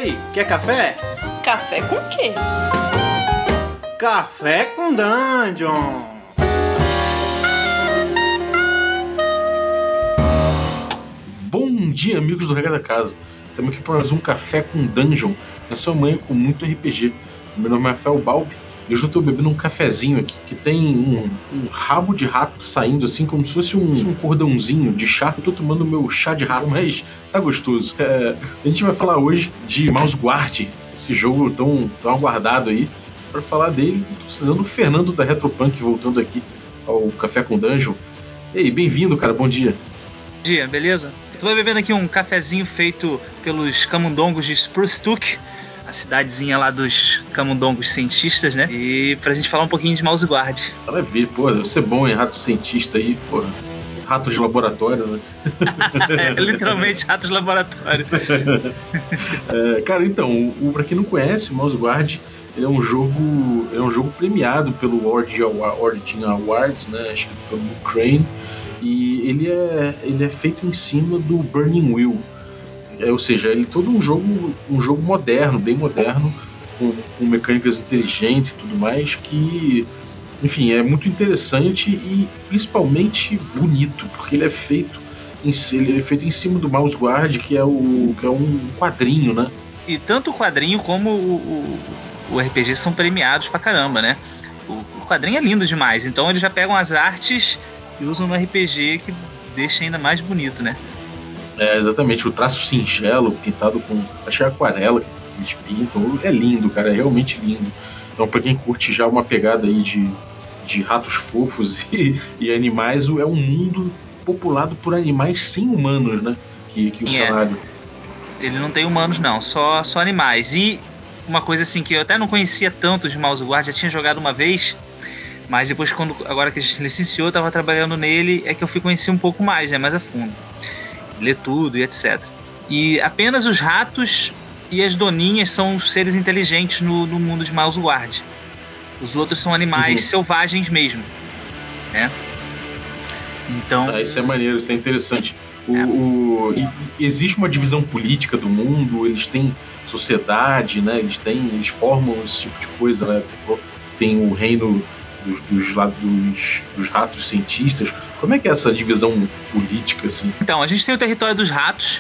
aí, quer café? Café com quê? Café com Dungeon! Bom dia, amigos do Regra da Casa. Estamos aqui para mais um Café com Dungeon, na sua manhã com muito RPG. Meu nome é Rafael Balbi e hoje eu estou bebendo um cafezinho aqui que tem um rabo de rato saindo assim como se fosse um cordãozinho de chá. Eu estou tomando meu chá de rato, mas tá gostoso. A gente vai falar hoje de Mouse Guard, esse jogo tão aguardado aí. Para falar dele, estou precisando do Fernando da Retropunk voltando aqui ao Café com Dungeon. E aí, bem-vindo, cara, bom dia. Bom dia, beleza? Eu tô bebendo aqui um cafezinho feito pelos camundongos de Spruce Took, a cidadezinha lá dos camundongos cientistas, né? E pra gente falar um pouquinho de Mouse Guard. Ela ver, pô, deve ser bom, hein? Rato cientista aí, pô. Rato de laboratório, né? É, literalmente rato de laboratório. Cara, então, pra quem não conhece, o Mouse Guard ele é um jogo premiado pelo Origin Awards, né? Escrito pelo Luke Crane. E ele é feito em cima do Burning Wheel. Ou seja, ele é todo um jogo moderno, bem moderno, com mecânicas inteligentes e tudo mais, que, enfim, é muito interessante e principalmente bonito, porque ele é feito em cima do Mouse Guard, que é um quadrinho, né? E tanto o quadrinho como o RPG são premiados pra caramba, né? O quadrinho é lindo demais, então eles já pegam as artes e usam no RPG, que deixa ainda mais bonito, né? Exatamente, o traço singelo, pintado com, acho que é aquarela que eles pintam, é lindo, cara, é realmente lindo. Então, pra quem curte já uma pegada aí de ratos fofos e animais, é um mundo populado por animais sim humanos, né? Que o cenário. Ele não tem humanos, não, só animais. E uma coisa assim que eu até não conhecia tanto de Mouse Guard, já tinha jogado uma vez, mas depois, agora que a gente licenciou, eu tava trabalhando nele, é que eu fui conhecer um pouco mais, né, mais a fundo. Ler tudo e etc. E apenas os ratos e as doninhas são seres inteligentes no mundo de Mouse Guard. Os outros são animais selvagens mesmo, né? Então... isso é maneiro, isso é interessante. Existe uma divisão política do mundo, eles têm sociedade, né? Eles formam esse tipo de coisa, né? Você falou que tem o reino dos ratos cientistas. Como é que é essa divisão política, assim? Então, a gente tem o território dos ratos,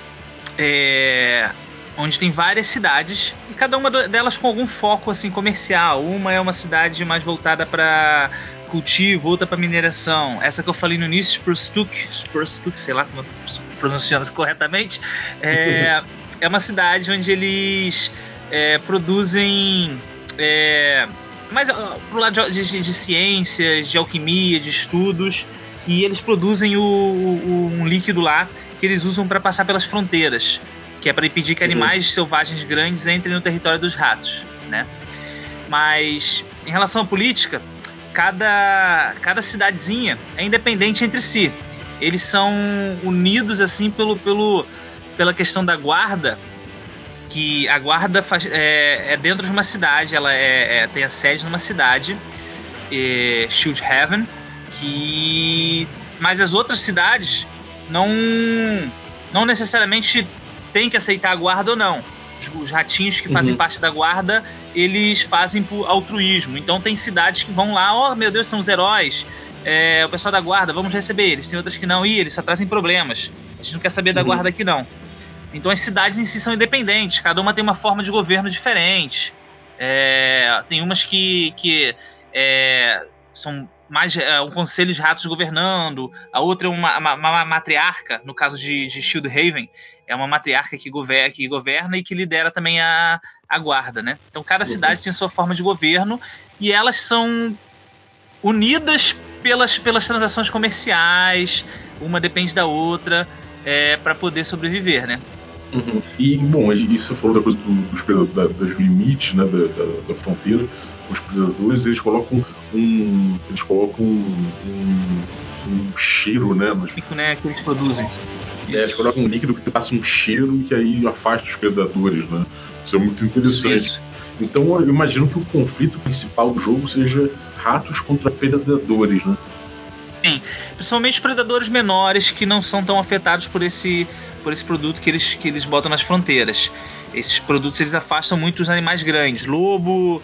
onde tem várias cidades, e cada uma delas com algum foco assim comercial. Uma é uma cidade mais voltada para cultivo, outra para mineração. Essa que eu falei no início, Spruce Took, sei lá como eu estou pronunciando isso corretamente, é uma cidade onde eles produzem mais pro lado de ciências, de alquimia, de estudos, e eles produzem um líquido lá que eles usam para passar pelas fronteiras, que é para impedir que animais selvagens grandes entrem no território dos ratos, né? Mas em relação à política, cada cidadezinha é independente entre si. Eles são unidos assim pela questão da guarda, que a guarda é dentro de uma cidade, ela tem a sede numa cidade, Shield Haven, mas as outras cidades não necessariamente têm que aceitar a guarda ou não. Os ratinhos que fazem parte da guarda, eles fazem por altruísmo. Então tem cidades que vão lá, oh meu Deus, são os heróis, o pessoal da guarda, vamos receber eles. Tem outras que não, eles só trazem problemas, a gente não quer saber da guarda aqui não. Então as cidades em si são independentes, cada uma tem uma forma de governo diferente. Tem umas que são mais um conselho de ratos governando, a outra é uma matriarca, no caso de Shield Haven, é uma matriarca que governa e que lidera também a guarda, né? Então cada cidade tem sua forma de governo e elas são unidas pelas transações comerciais, uma depende da outra, para poder sobreviver, né? E, bom, isso você falou da coisa dos limites, né, da fronteira. Os predadores, eles colocam um cheiro, né? Né, que eles produzem. Eles colocam um líquido que passa um cheiro que aí afasta os predadores, né? Isso é muito interessante. Isso. Então eu imagino que o conflito principal do jogo seja ratos contra predadores, né? Sim, principalmente predadores menores que não são tão afetados por esse produto que eles botam nas fronteiras. Esses produtos eles afastam muito os animais grandes, lobo,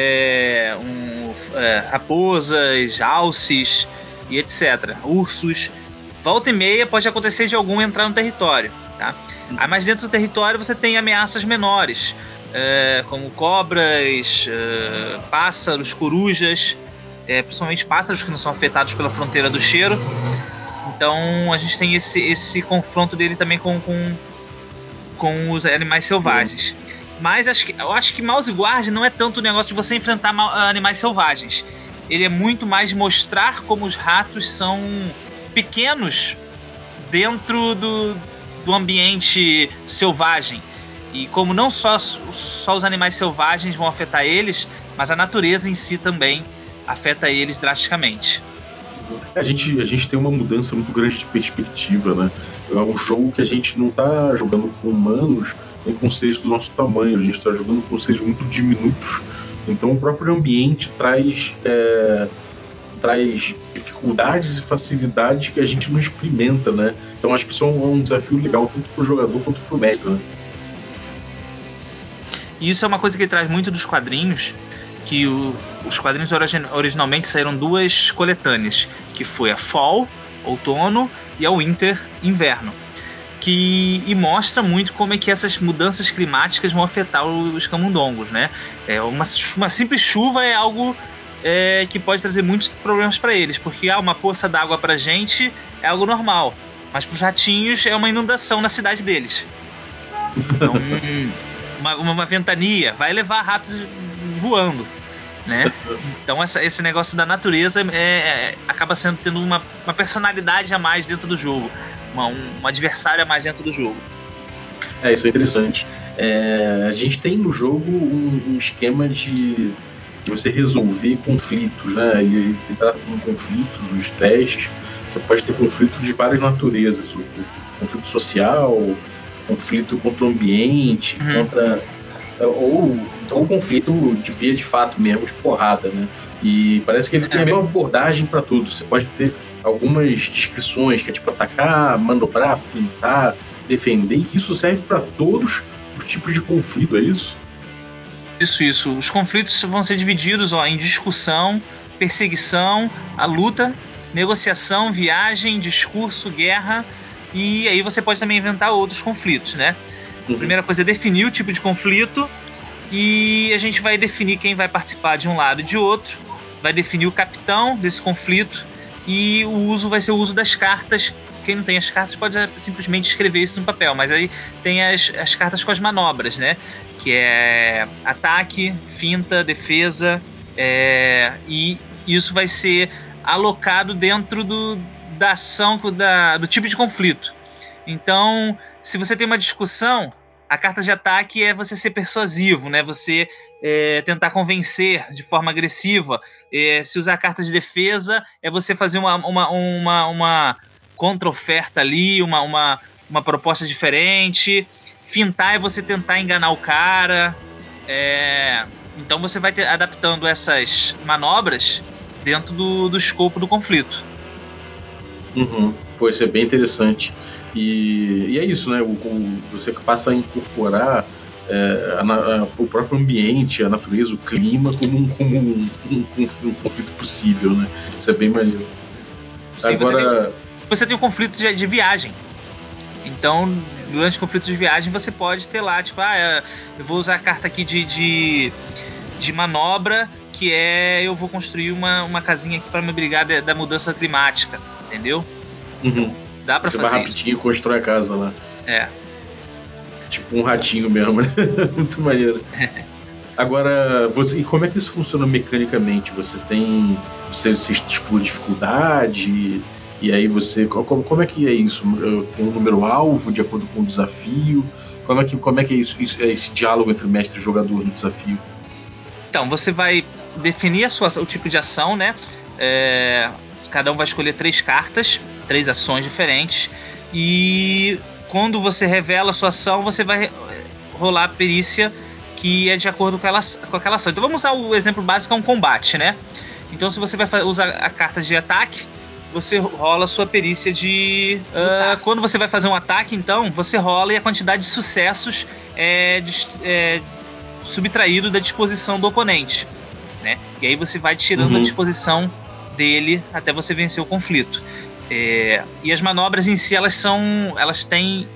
raposas, alces e etc. Ursos. Volta e meia pode acontecer de algum entrar no território, tá? Mas dentro do território você tem ameaças menores, como cobras, pássaros, corujas, principalmente pássaros que não são afetados pela fronteira do cheiro. Então a gente tem esse confronto dele também com os animais selvagens. Mas eu acho que Mouse Guard não é tanto o negócio de você enfrentar animais selvagens. Ele é muito mais mostrar como os ratos são pequenos dentro do ambiente selvagem. E como não só os animais selvagens vão afetar eles, mas a natureza em si também afeta eles drasticamente. A gente tem uma mudança muito grande de perspectiva, né? É um jogo que a gente não está jogando com humanos nem com seres do nosso tamanho, a gente está jogando com seres muito diminutos. Então o próprio ambiente traz dificuldades e facilidades que a gente não experimenta, né? Então acho que isso é um desafio legal tanto para o jogador quanto para o mestre, né? E isso é uma coisa que ele traz muito dos quadrinhos, que os quadrinhos originalmente saíram 2 coletâneas, que foi a Fall, outono, e a Winter, inverno. E mostra muito como é que essas mudanças climáticas vão afetar os camundongos, né? Uma simples chuva é algo que pode trazer muitos problemas para eles, porque uma poça d'água pra gente é algo normal, mas pros ratinhos é uma inundação na cidade deles. Então, uma ventania vai levar ratos voando, né? Então esse negócio da natureza acaba tendo uma personalidade a mais dentro do jogo, um adversário a mais dentro do jogo. Isso é interessante. A gente tem no jogo um esquema de você resolver conflitos, né? Ele trata com conflitos, os testes. Você pode ter conflitos de várias naturezas, o conflito social, conflito contra o ambiente, ou conflito de via de fato mesmo, de porrada, né? E parece que ele tem a mesma abordagem para tudo. Você pode ter algumas descrições, que é tipo atacar, manobrar, fintar, defender, e isso serve para todos os tipos de conflito, é isso? Isso. Os conflitos vão ser divididos em discussão, perseguição, a luta, negociação, viagem, discurso, guerra, e aí você pode também inventar outros conflitos, né? A primeira coisa é definir o tipo de conflito, e a gente vai definir quem vai participar de um lado e de outro, vai definir o capitão desse conflito, e vai ser o uso das cartas. Quem não tem as cartas pode simplesmente escrever isso no papel, mas aí tem as cartas com as manobras, né? Que é ataque, finta, defesa, e isso vai ser alocado dentro da ação, do tipo de conflito. Então, se você tem uma discussão, a carta de ataque é você ser persuasivo, né? Você tentar convencer de forma agressiva. Se usar a carta de defesa, é você fazer uma contra-oferta ali, uma proposta diferente. Fintar é você tentar enganar o cara. Então você vai adaptando essas manobras dentro do escopo do conflito. Isso é bem interessante. E é isso, né? Você passa a incorporar o próprio ambiente, a natureza, o clima como um conflito possível, né? Isso é bem maneiro. Sim, agora você tem o conflito de viagem. Então, durante o conflito de viagem, você pode ter lá, tipo, eu vou usar a carta aqui de manobra, que eu vou construir uma casinha aqui para me abrigar da mudança climática, entendeu? Então, dá pra fazer. Você vai rapidinho e constrói a casa lá. Tipo um ratinho mesmo, né? Muito maneiro. Agora, e como é que isso funciona mecanicamente? Você estipula dificuldade, e aí como é que é isso? Tem um número alvo de acordo com o desafio? Como é que é isso, esse diálogo entre mestre e jogador no desafio? Então, você vai definir o tipo de ação, né? Cada um vai escolher 3 cartas, 3 ações diferentes, e quando você revela a sua ação, você vai rolar a perícia que é de acordo com aquela ação. Então vamos usar o exemplo básico, é um combate, né? Então se você vai usar a carta de ataque, você rola a sua perícia de... quando você vai fazer um ataque, então, você rola e a quantidade de sucessos é subtraído da disposição do oponente, né? E aí você vai tirando a disposição dele até você vencer o conflito. E as manobras em si, elas têm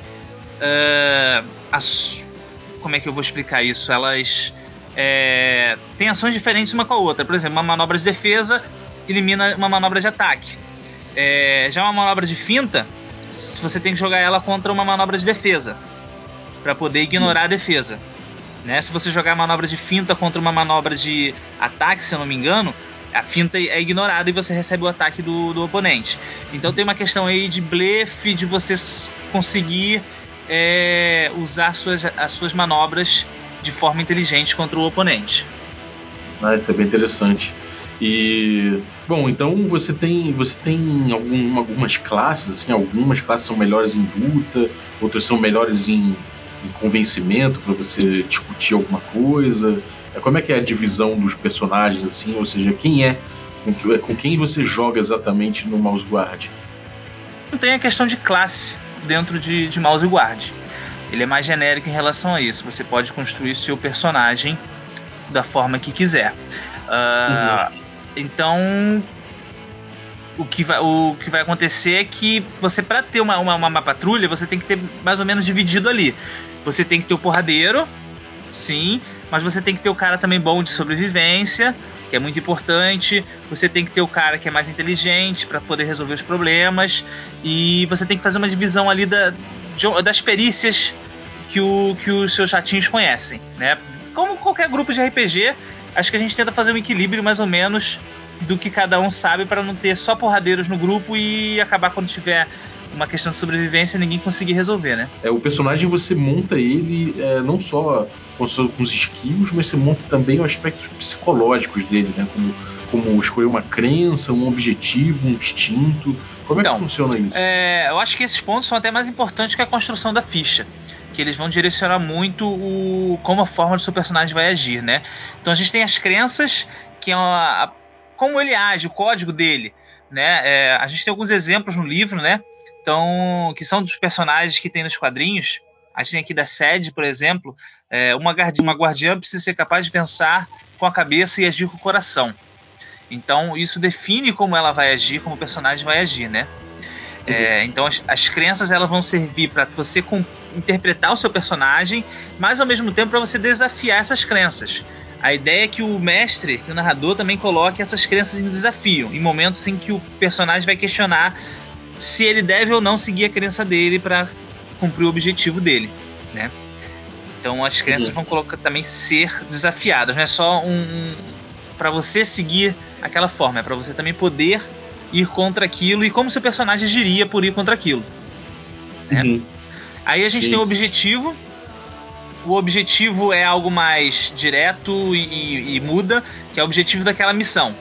como é que eu vou explicar isso? Elas têm ações diferentes uma com a outra. Por exemplo, uma manobra de defesa elimina uma manobra de ataque. Já uma manobra de finta, você tem que jogar ela contra uma manobra de defesa para poder ignorar a defesa, né? Se você jogar a manobra de finta contra uma manobra de ataque, se eu não me engano, a finta é ignorada e você recebe o ataque do oponente. Então tem uma questão aí de blefe, de você conseguir usar as suas manobras de forma inteligente contra o oponente. Isso é bem interessante. E bom, então você tem algumas classes, assim, algumas classes são melhores em luta, outras são melhores em convencimento para você discutir alguma coisa. Como é que é a divisão dos personagens, assim, ou seja, com quem você joga exatamente no Mouse Guard? Não tem a questão de classe dentro de Mouse Guard. Ele é mais genérico em relação a isso. Você pode construir seu personagem da forma que quiser. Então, o que vai acontecer é que você, para ter uma patrulha, você tem que ter mais ou menos dividido ali. Você tem que ter o porradeiro, sim, mas você tem que ter o cara também bom de sobrevivência, que é muito importante. Você tem que ter o cara que é mais inteligente para poder resolver os problemas. E você tem que fazer uma divisão ali das perícias que os seus ratinhos conhecem, né? Como qualquer grupo de RPG, acho que a gente tenta fazer um equilíbrio mais ou menos do que cada um sabe, para não ter só porradeiros no grupo e acabar quando tiver uma questão de sobrevivência ninguém conseguir resolver, né? O personagem, você monta ele não só com os skills, mas você monta também os aspectos psicológicos dele, né? Como escolher uma crença, um objetivo, um instinto. Como é que funciona isso? Eu acho que esses pontos são até mais importantes que a construção da ficha, que eles vão direcionar muito como a forma do seu personagem vai agir, né? Então a gente tem as crenças, que é como ele age, o código dele, né? A gente tem alguns exemplos no livro, né? Então, que são dos personagens que tem nos quadrinhos. A gente tem aqui da Sede, por exemplo, uma guardiã precisa ser capaz de pensar com a cabeça e agir com o coração. Então isso define como ela vai agir, como o personagem vai agir, né? Então as crenças, elas vão servir para você interpretar o seu personagem, mas ao mesmo tempo para você desafiar essas crenças. A ideia é que o mestre, que o narrador, também coloque essas crenças em desafio, em momentos em que o personagem vai questionar se ele deve ou não seguir a crença dele para cumprir o objetivo dele, né? Então as crenças vão colocar também ser desafiadas, não é só para você seguir aquela forma, é para você também poder ir contra aquilo e como seu personagem agiria por ir contra aquilo, né? Aí a gente tem o objetivo. O objetivo é algo mais direto e muda, que é o objetivo daquela missão.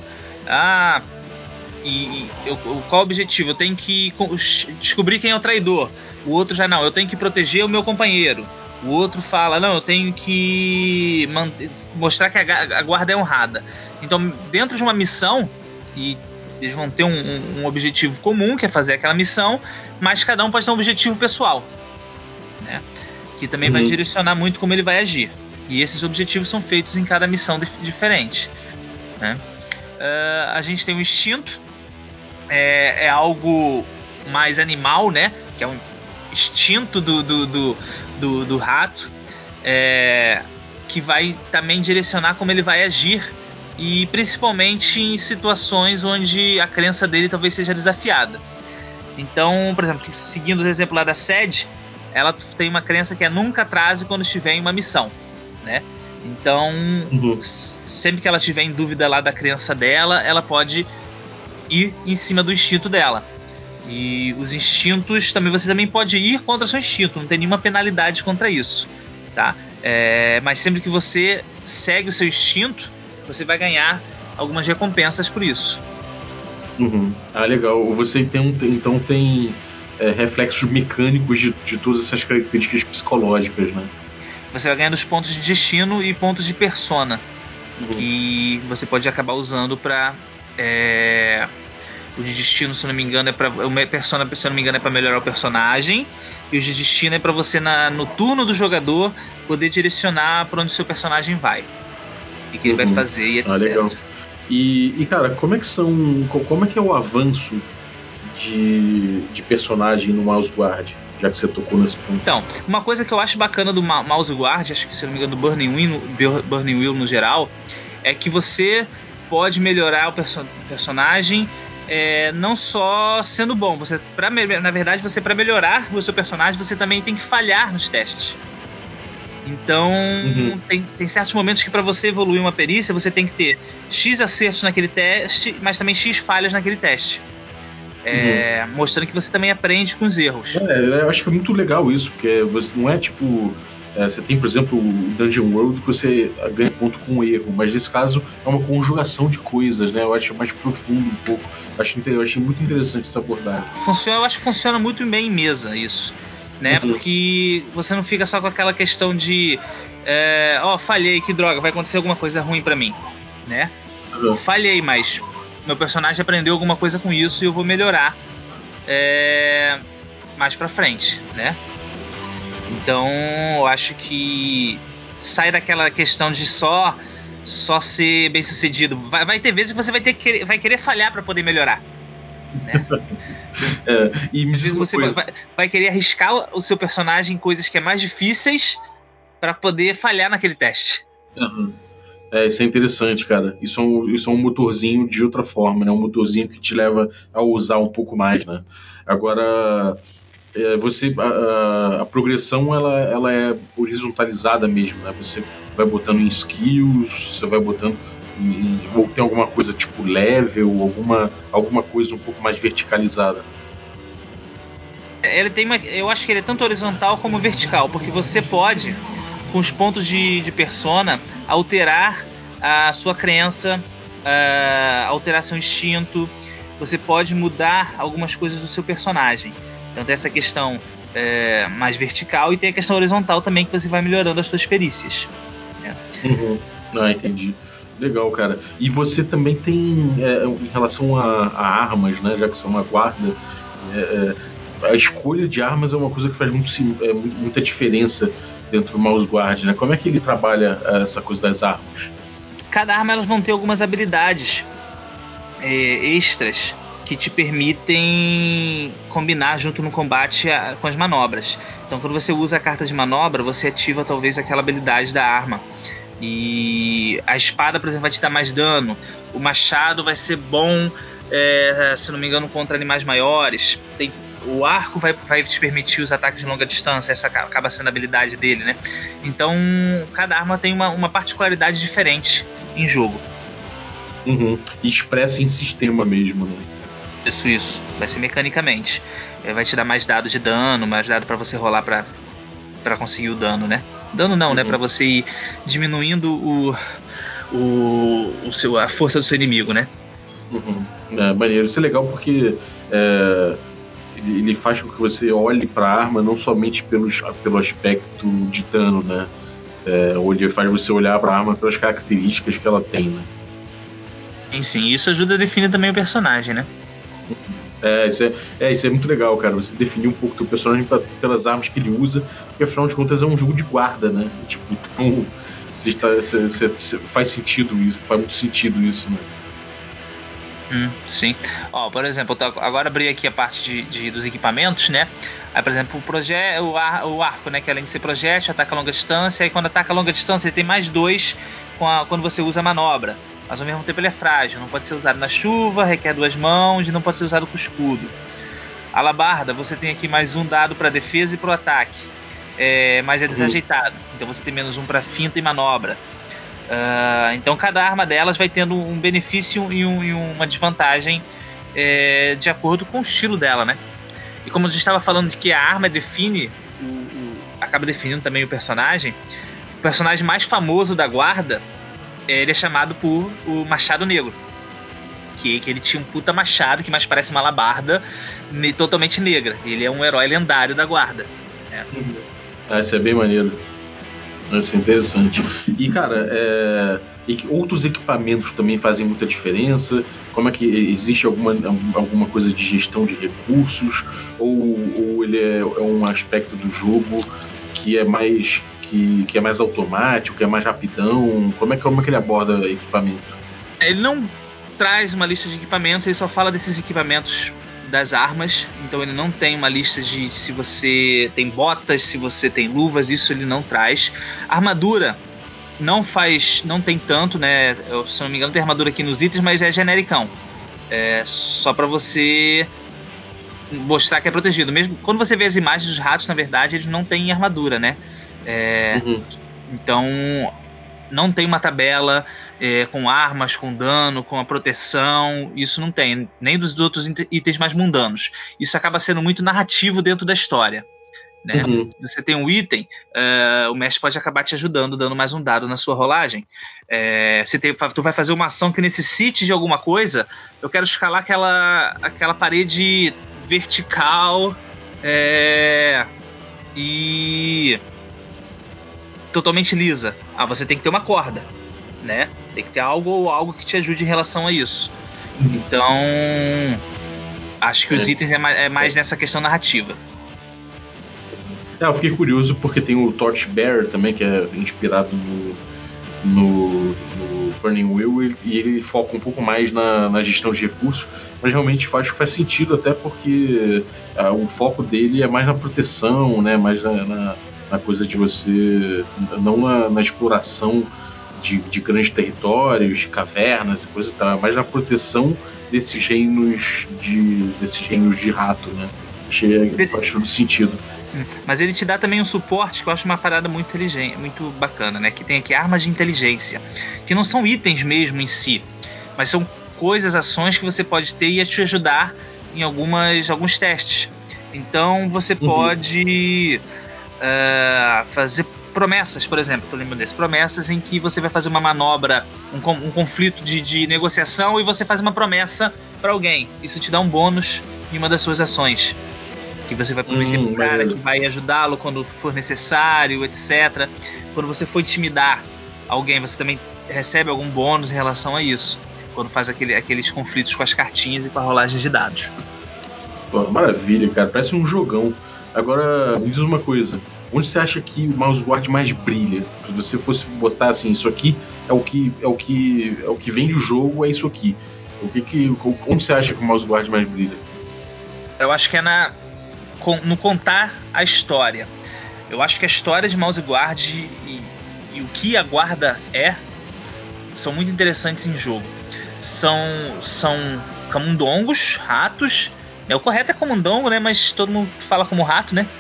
Qual o objetivo? Eu tenho que descobrir quem é o traidor. O outro já não, eu tenho que proteger o meu companheiro. O outro fala, não, eu tenho que mostrar que a guarda é honrada. Então, dentro de uma missão, e eles vão ter um objetivo comum, que é fazer aquela missão, mas cada um pode ter um objetivo pessoal, né? Que também vai direcionar muito como ele vai agir. E esses objetivos são feitos em cada missão diferente, né? A gente tem o instinto, é algo mais animal, né? Que é um instinto do rato, que vai também direcionar como ele vai agir, e principalmente em situações onde a crença dele talvez seja desafiada. Então, por exemplo, seguindo o exemplo lá da Sede, ela tem uma crença que é nunca atrase quando estiver em uma missão, né? Então, sempre que ela estiver em dúvida lá da crença dela, ela pode ir em cima do instinto dela. E os instintos também, você também pode ir contra o seu instinto, não tem nenhuma penalidade contra isso, tá? Mas sempre que você segue o seu instinto, você vai ganhar algumas recompensas por isso. Legal. Você tem reflexos mecânicos de todas essas características psicológicas, né? Você vai ganhando os pontos de destino e pontos de persona, que você pode acabar usando para O de destino, se não me engano, se não me engano, é pra melhorar o personagem. E o de destino é pra você, no turno do jogador, poder direcionar pra onde o seu personagem vai. E o que ele vai fazer e etc. Legal. E cara, como é que é o avanço de personagem no Mouse Guard? Já que você tocou nesse ponto. Então, uma coisa que eu acho bacana do Mouse Guard, acho que se não me engano do Burning Wheel no geral, é que você pode melhorar o personagem não só sendo bom. Na verdade, para melhorar o seu personagem, você também tem que falhar nos testes. Então, tem certos momentos que para você evoluir uma perícia, você tem que ter X acertos naquele teste, mas também X falhas naquele teste. Mostrando que você também aprende com os erros. Eu acho que é muito legal isso, porque você não é tipo. Você tem, por exemplo, o Dungeon World que você ganha ponto com erro, mas nesse caso é uma conjugação de coisas, né? Eu acho mais profundo um pouco. Eu achei muito interessante essa abordagem. Eu acho que funciona muito bem em mesa isso, né? Porque você não fica só com aquela questão de falhei, que droga, vai acontecer alguma coisa ruim pra mim, né? Falhei, mas meu personagem aprendeu alguma coisa com isso e eu vou melhorar mais pra frente, né? Então, eu acho que sai daquela questão de só ser bem sucedido. Vai ter vezes que você vai querer falhar pra poder melhorar, né? E às vezes você vai querer arriscar o seu personagem em coisas que é mais difíceis pra poder falhar naquele teste. Isso é interessante, cara. Isso é um motorzinho de outra forma, né? Um motorzinho que te leva a usar um pouco mais, né? Agora, a progressão ela é horizontalizada mesmo, né? Você vai botando em skills, você vai botando ou tem alguma coisa tipo level, alguma coisa um pouco mais verticalizada. Eu acho que ele é tanto horizontal como vertical, porque você pode, com os pontos de persona, alterar a sua crença, alterar seu instinto. Você pode mudar algumas coisas do seu personagem. Então tem essa questão mais vertical e tem a questão horizontal também, que você vai melhorando as suas perícias. Né? Entendi. Legal, cara. E você também tem, em relação a armas, né? Já que você é uma guarda, a escolha de armas é uma coisa que faz muita diferença dentro do Mouse Guard, né? Como é que ele trabalha essa coisa das armas? Cada arma elas vão ter algumas habilidades extras que te permitem combinar junto no combate com as manobras. Então, quando você usa a carta de manobra, você ativa talvez aquela habilidade da arma. E a espada, por exemplo, vai te dar mais dano. O machado vai ser bom, se não me engano, contra animais maiores. O arco vai te permitir os ataques de longa distância. Essa acaba sendo a habilidade dele, né? Então, cada arma tem uma particularidade diferente em jogo. E expressa em sistema mesmo, né? Isso. Vai ser mecanicamente. Vai te dar mais dados de dano, mais dado pra você rolar pra conseguir o dano, né? Dano não, né? Pra você ir diminuindo a força do seu inimigo, né? Maneiro. Isso é legal porque ele faz com que você olhe pra arma não somente pelo aspecto de dano, né? Ele faz você olhar pra arma pelas características que ela tem, né? Sim. Isso ajuda a definir também o personagem, né? Isso é muito legal, cara. Você definir um pouco o teu personagem pelas armas que ele usa, porque afinal de contas é um jogo de guarda, né? Tipo, então faz sentido isso, faz muito sentido isso, né? Sim. Por exemplo, agora abri aqui a parte dos equipamentos, né? Aí, por exemplo, o arco, né? Que além de ser projétil, ataca a longa distância. E quando ataca a longa distância, ele tem mais 2 quando você usa a manobra. Mas ao mesmo tempo ele é frágil. Não pode ser usado na chuva, requer 2 mãos e não pode ser usado com escudo. Alabarda, você tem aqui mais 1 dado para defesa e para o ataque. Mas é desajeitado. Então você tem menos 1 para finta e manobra. Então cada arma delas vai tendo um benefício e uma desvantagem de acordo com o estilo dela, né? E como a gente estava falando de que a arma acaba definindo também o personagem mais famoso da guarda, ele é chamado por o Machado Negro. Que ele tinha um puta machado que mais parece uma alabarda totalmente negra. Ele é um herói lendário da guarda. Isso é bem maneiro. Isso é interessante. E, cara, outros equipamentos também fazem muita diferença? Como é que existe alguma coisa de gestão de recursos? Ou ele é um aspecto do jogo que é mais que é mais automático, que é mais rapidão? Como é que ele aborda equipamento? Ele não traz uma lista de equipamentos, ele só fala desses equipamentos das armas, então ele não tem uma lista de se você tem botas, se você tem luvas, isso ele não traz. A armadura não tem tanto, né? Se não me engano tem armadura aqui nos itens, mas é genericão. É só pra você mostrar que é protegido. Mesmo quando você vê as imagens dos ratos, na verdade, eles não têm armadura, né? Então não tem uma tabela com armas, com dano, com a proteção. Isso não tem, nem dos outros itens mais mundanos. Isso acaba sendo muito narrativo dentro da história, né? Você tem um item, o mestre pode acabar te ajudando, dando mais um dado na sua rolagem. Tu vai fazer uma ação que necessite de alguma coisa. Eu quero escalar aquela parede vertical e totalmente lisa. Você tem que ter uma corda, né? Tem que ter algo que te ajude em relação a isso. Então, acho que os itens é mais nessa questão narrativa. Eu fiquei curioso porque tem o Torchbearer também, que é inspirado no Burning Wheel, e ele foca um pouco mais na gestão de recursos, mas realmente faz sentido, até porque o foco dele é mais na proteção, né? Mais na coisa de você, não na exploração de grandes territórios, de cavernas e coisa e tal, mas na proteção desses reinos de rato, né? Faz todo sentido. Mas ele te dá também um suporte que eu acho uma parada muito inteligente, muito bacana, né? Que tem aqui armas de inteligência, que não são itens mesmo em si, mas são coisas, ações que você pode ter e te ajudar em alguns testes. Então você pode fazer promessas, por exemplo, tô lembrando desse, promessas em que você vai fazer uma manobra, um conflito de negociação e você faz uma promessa para alguém. Isso te dá um bônus em uma das suas ações. Que você vai prometer pro cara que vai ajudá-lo quando for necessário, etc. Quando você for intimidar alguém, você também recebe algum bônus em relação a isso. Quando faz aqueles conflitos com as cartinhas e com a rolagem de dados. Pô, maravilha, cara. Parece um jogão. Agora, me diz uma coisa. Onde você acha que o mouse guard mais brilha? Se você fosse botar assim, isso aqui é o que vende o jogo, é isso aqui. Onde você acha que o mouse guard mais brilha? Eu acho que é no contar a história. Eu acho que a história de Mouse Guard e o que a guarda são muito interessantes em jogo. São camundongos, ratos. O correto é camundongo, né? Mas todo mundo fala como rato, né?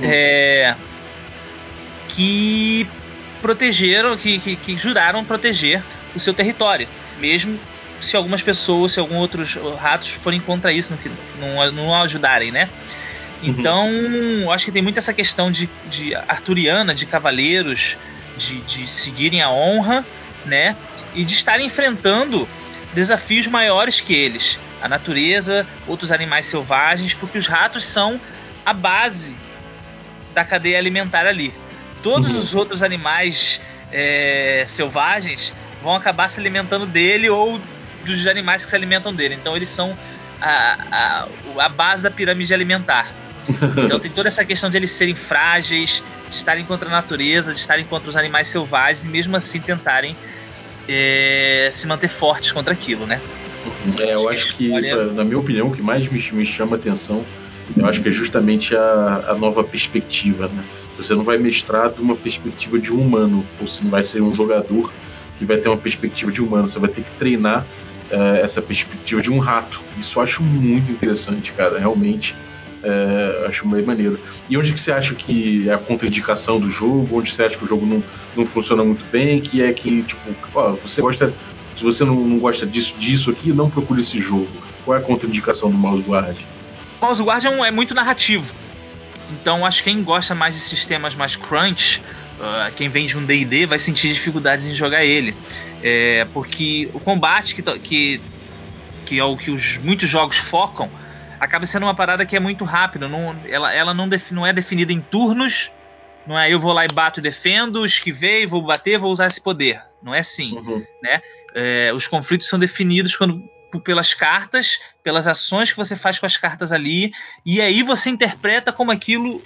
Que protegeram, que juraram proteger o seu território, mesmo se algumas pessoas, se alguns outros ratos forem contra isso, não ajudarem, né? Então, acho que tem muito essa questão de arturiana, de cavaleiros, de seguirem a honra, né? E de estarem enfrentando desafios maiores que eles. A natureza, outros animais selvagens, porque os ratos são a base da cadeia alimentar ali. Todos os outros animais selvagens vão acabar se alimentando dele ou dos animais que se alimentam dele. Então, eles são a base da pirâmide alimentar. Então tem toda essa questão de eles serem frágeis, de estarem contra a natureza, de estarem contra os animais selvagens e mesmo assim tentarem se manter fortes contra aquilo, né? Eu acho que, na minha opinião, o que mais me chama a atenção, eu acho que é justamente a nova perspectiva, né? Você não vai mestrar de uma perspectiva de um humano, ou você não vai ser um jogador que vai ter uma perspectiva de humano, você vai ter que treinar essa perspectiva de um rato. Isso eu acho muito interessante, cara, realmente. Acho meio maneiro. E onde que você acha que é a contraindicação do jogo? Onde você acha que o jogo não funciona muito bem? Que é que, tipo, você gosta. Se você não gosta disso aqui, não procure esse jogo. Qual é a contraindicação do Mouse Guard? O Mouse Guard é muito narrativo. Então acho que quem gosta mais de sistemas mais crunch, quem vem de um D&D, vai sentir dificuldades em jogar ele. Porque o combate que é o que muitos jogos focam, acaba sendo uma parada que é muito rápida. Ela não é definida em turnos Não é eu vou lá e bato e defendo, esquivei, vou bater, vou usar esse poder. Não é assim, né? Os conflitos são definidos pelas cartas, pelas ações que você faz com as cartas ali, e aí você interpreta como aquilo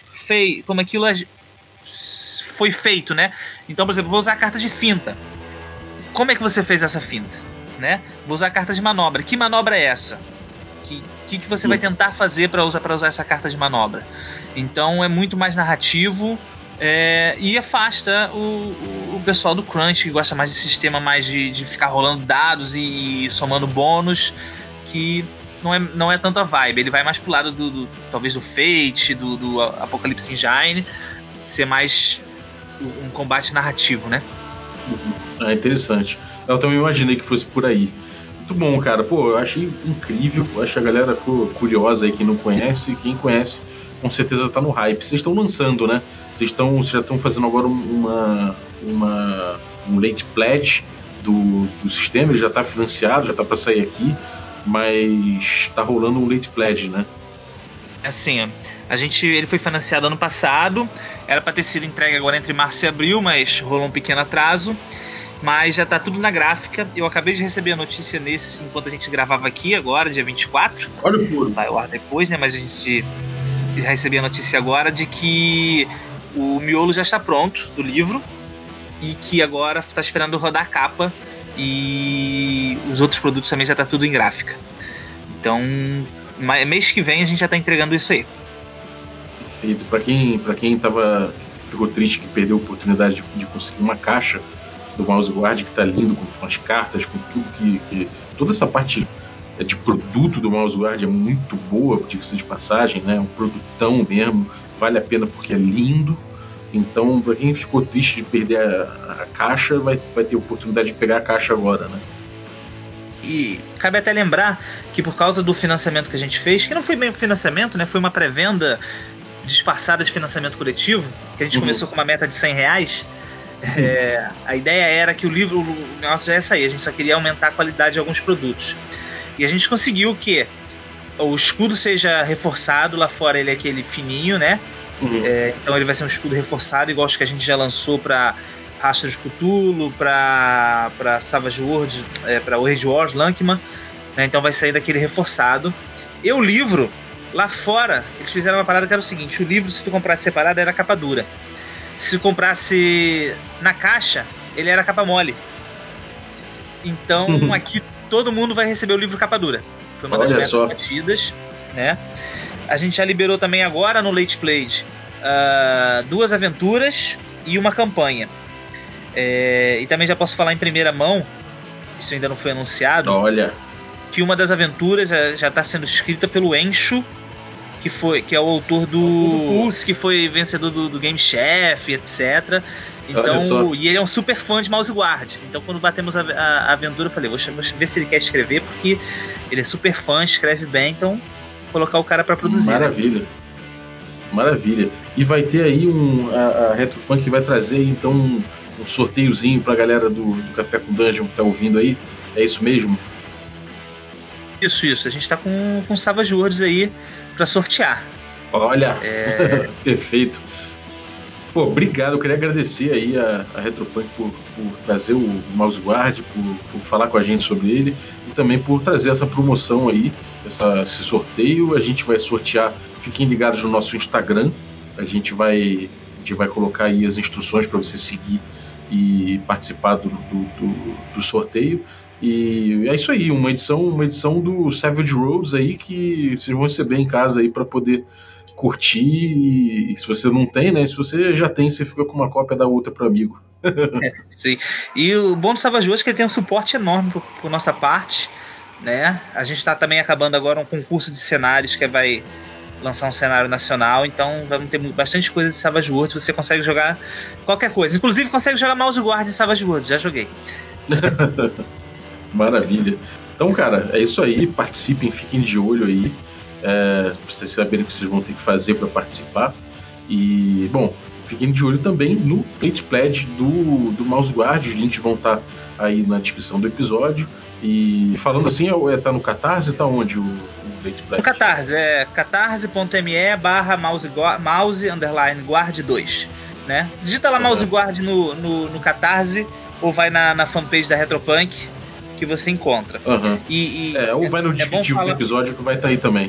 foi feito, né? Então, por exemplo, vou usar a carta de finta. Como é que você fez essa finta, né? Vou usar a carta de manobra. Que manobra é essa? Que você vai tentar fazer para usar essa carta de manobra? Então é muito mais narrativo e afasta o pessoal do Crunch, que gosta mais de sistema mais de ficar rolando dados e somando bônus, que não é tanto a vibe. Ele vai mais pro lado talvez do Fate, do Apocalypse Engine, ser mais um combate narrativo, né? Ah, interessante. Eu também imaginei que fosse por aí. Muito bom, cara. Pô, eu achei incrível. Acho que a galera ficou curiosa aí, quem não conhece. E quem conhece, com certeza tá no hype. Vocês estão lançando, né? Vocês já estão fazendo agora um late pledge do sistema. Ele já tá financiado, já tá para sair aqui. Mas tá rolando um late pledge, né? Assim, ó, ele foi financiado ano passado, era para ter sido entregue agora entre março e abril, mas rolou um pequeno atraso. Mas já tá tudo na gráfica. Eu acabei de receber a notícia enquanto a gente gravava aqui, agora, dia 24. Olha o furo. Vai ao ar depois, né? Mas a gente já recebeu a notícia agora de que o miolo já está pronto do livro e que agora está esperando rodar a capa e os outros produtos também já tá tudo em gráfica. Então, mês que vem a gente já tá entregando isso aí. Perfeito. Pra quem ficou triste que perdeu a oportunidade de conseguir uma caixa do Mouse Guard, que tá lindo, com as cartas, com tudo que toda essa parte de produto do Mouse Guard é muito boa, diga-se de passagem, né? Um produtão mesmo, vale a pena porque é lindo. Então, para quem ficou triste de perder a caixa, vai ter a oportunidade de pegar a caixa agora, né? E cabe até lembrar que por causa do financiamento que a gente fez, que não foi bem um financiamento, né? Foi uma pré-venda disfarçada de financiamento coletivo, que a gente começou com uma meta de R$100. A ideia era que o negócio já ia sair, a gente só queria aumentar a qualidade de alguns produtos. E a gente conseguiu que o escudo seja reforçado, lá fora ele é aquele fininho, né? Então ele vai ser um escudo reforçado, igual os que a gente já lançou para Rastro de Cthulhu, para Savage Worlds, para Wage Wars, Lankman, né? Então vai sair daquele reforçado. E o livro, lá fora, eles fizeram uma parada que era o seguinte: o livro, se tu comprasse separado, era capa dura. Se comprasse na caixa, ele era capa mole. Então aqui todo mundo vai receber o livro capa dura. Foi uma das metas batidas, né? A gente já liberou também agora no Late Pledge 2 aventuras e uma campanha. E também já posso falar em primeira mão, isso ainda não foi anunciado. Olha. Que uma das aventuras já está sendo escrita pelo Encho, que é o autor do Pulse, que foi vencedor do Game Chef, etc. Então, e ele é um super fã de Mouse Guard. Então, quando batemos a aventura, eu falei, vou ver se ele quer escrever, porque ele é super fã, escreve bem, então vou colocar o cara para produzir. Maravilha. Né? Maravilha. E vai ter aí a Retropunk vai trazer aí, então um sorteiozinho pra galera do Café com Dungeon que tá ouvindo aí. É isso mesmo? Isso. A gente tá com Savage Worlds aí pra sortear. Olha, perfeito. Pô, obrigado. Eu queria agradecer aí a Retropunk por trazer o Mouse Guard, por falar com a gente sobre ele e também por trazer essa promoção aí, esse sorteio. A gente vai sortear. Fiquem ligados no nosso Instagram. A gente vai colocar aí as instruções para você seguir e participar do sorteio. E é isso aí, uma edição do Savage Worlds aí que vocês vão receber em casa aí para poder curtir. E se você não tem, né? Se você já tem, você fica com uma cópia da outra para amigo. Sim. E o bom do Savage Worlds é que ele tem um suporte enorme por nossa parte, né? A gente está também acabando agora um concurso de cenários que vai lançar um cenário nacional, então vamos ter bastante coisa de Savage Worlds. Você consegue jogar qualquer coisa, inclusive consegue jogar Mouse Guard em Savage Worlds, já joguei. Maravilha. Então, cara, é isso aí. Participem, fiquem de olho aí, pra vocês saberem o que vocês vão ter que fazer para participar. E, bom, fiquem de olho também no Late Pledge do Mouse Guard. Os links vão estar aí na descrição do episódio. E falando assim, tá no Catarse? Tá onde o Late Pledge? No Catarse, catarse.me/mouse_guard2. né? Digita lá Mouse Guard no Catarse ou vai na fanpage da Retropunk que você encontra. Ou vai no descritivo do episódio que vai estar aí também.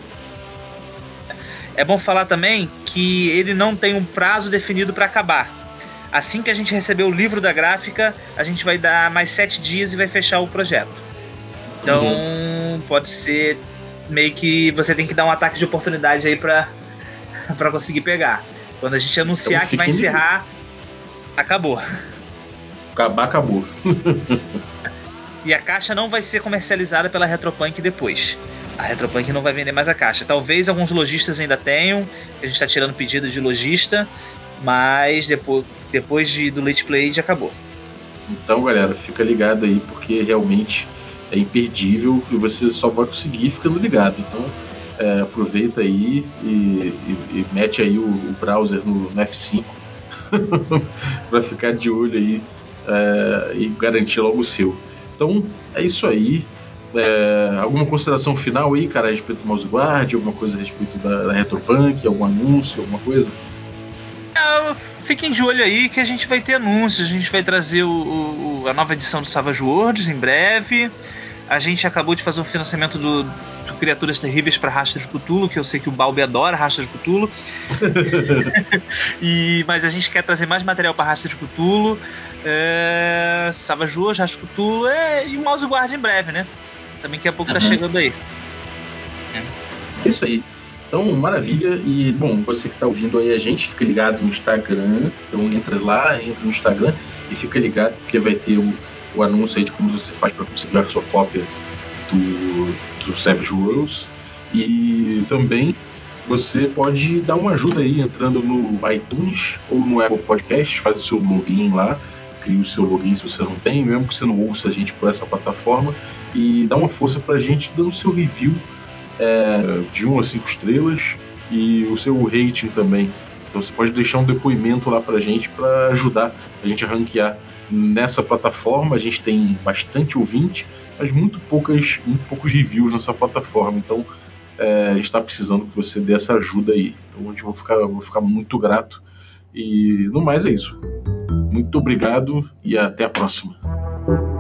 É bom falar também que ele não tem um prazo definido para acabar. Assim que a gente receber o livro da gráfica, a gente vai dar mais 7 dias e vai fechar o projeto. Então, pode ser meio que você tem que dar um ataque de oportunidade aí pra conseguir pegar. Quando a gente anunciar que vai encerrar, acabou. Acabou. E a caixa não vai ser comercializada pela Retropunk depois. A Retropunk não vai vender mais a caixa. Talvez alguns lojistas ainda tenham, a gente está tirando pedido de lojista, mas depois do Late Play já acabou. Então, galera, fica ligado aí, porque realmente é imperdível e você só vai conseguir ficando ligado. Então, aproveita aí e mete aí o browser no F5 para ficar de olho aí e garantir logo o seu. Então, é isso aí. Alguma consideração final aí, cara, a respeito do Mouse Guard, alguma coisa a respeito da Retropunk, algum anúncio, alguma coisa? Fiquem de olho aí que a gente vai ter anúncios. A gente vai trazer a nova edição do Savage Worlds em breve. A gente acabou de fazer um financiamento do Criaturas Terríveis para Rastro de Cthulhu, que eu sei que o Balbi adora Rastro de Cthulhu. Mas a gente quer trazer mais material para Rastro de Cthulhu, Savage Worlds, Rastro de Cthulhu e o Mouse Guard em breve, né? Também daqui a pouco tá chegando aí. É isso aí. Então, maravilha. E, bom, você que está ouvindo aí a gente, fica ligado no Instagram. Então, entra no Instagram e fica ligado, porque vai ter o anúncio aí de como você faz para conseguir a sua cópia do Savage Worlds. E também você pode dar uma ajuda aí entrando no iTunes ou no Apple Podcast, faz o seu login lá, cria o seu login se você não tem, mesmo que você não ouça a gente por essa plataforma, e dá uma força pra gente dando o seu review de 1 a 5 estrelas e o seu rating também. Então você pode deixar um depoimento lá pra gente para ajudar a gente a ranquear nessa plataforma. A gente tem bastante ouvinte, mas muito poucos reviews nessa plataforma. Então a gente está precisando que você dê essa ajuda aí. Então eu vou ficar muito grato. E no mais é isso. Muito obrigado e até a próxima.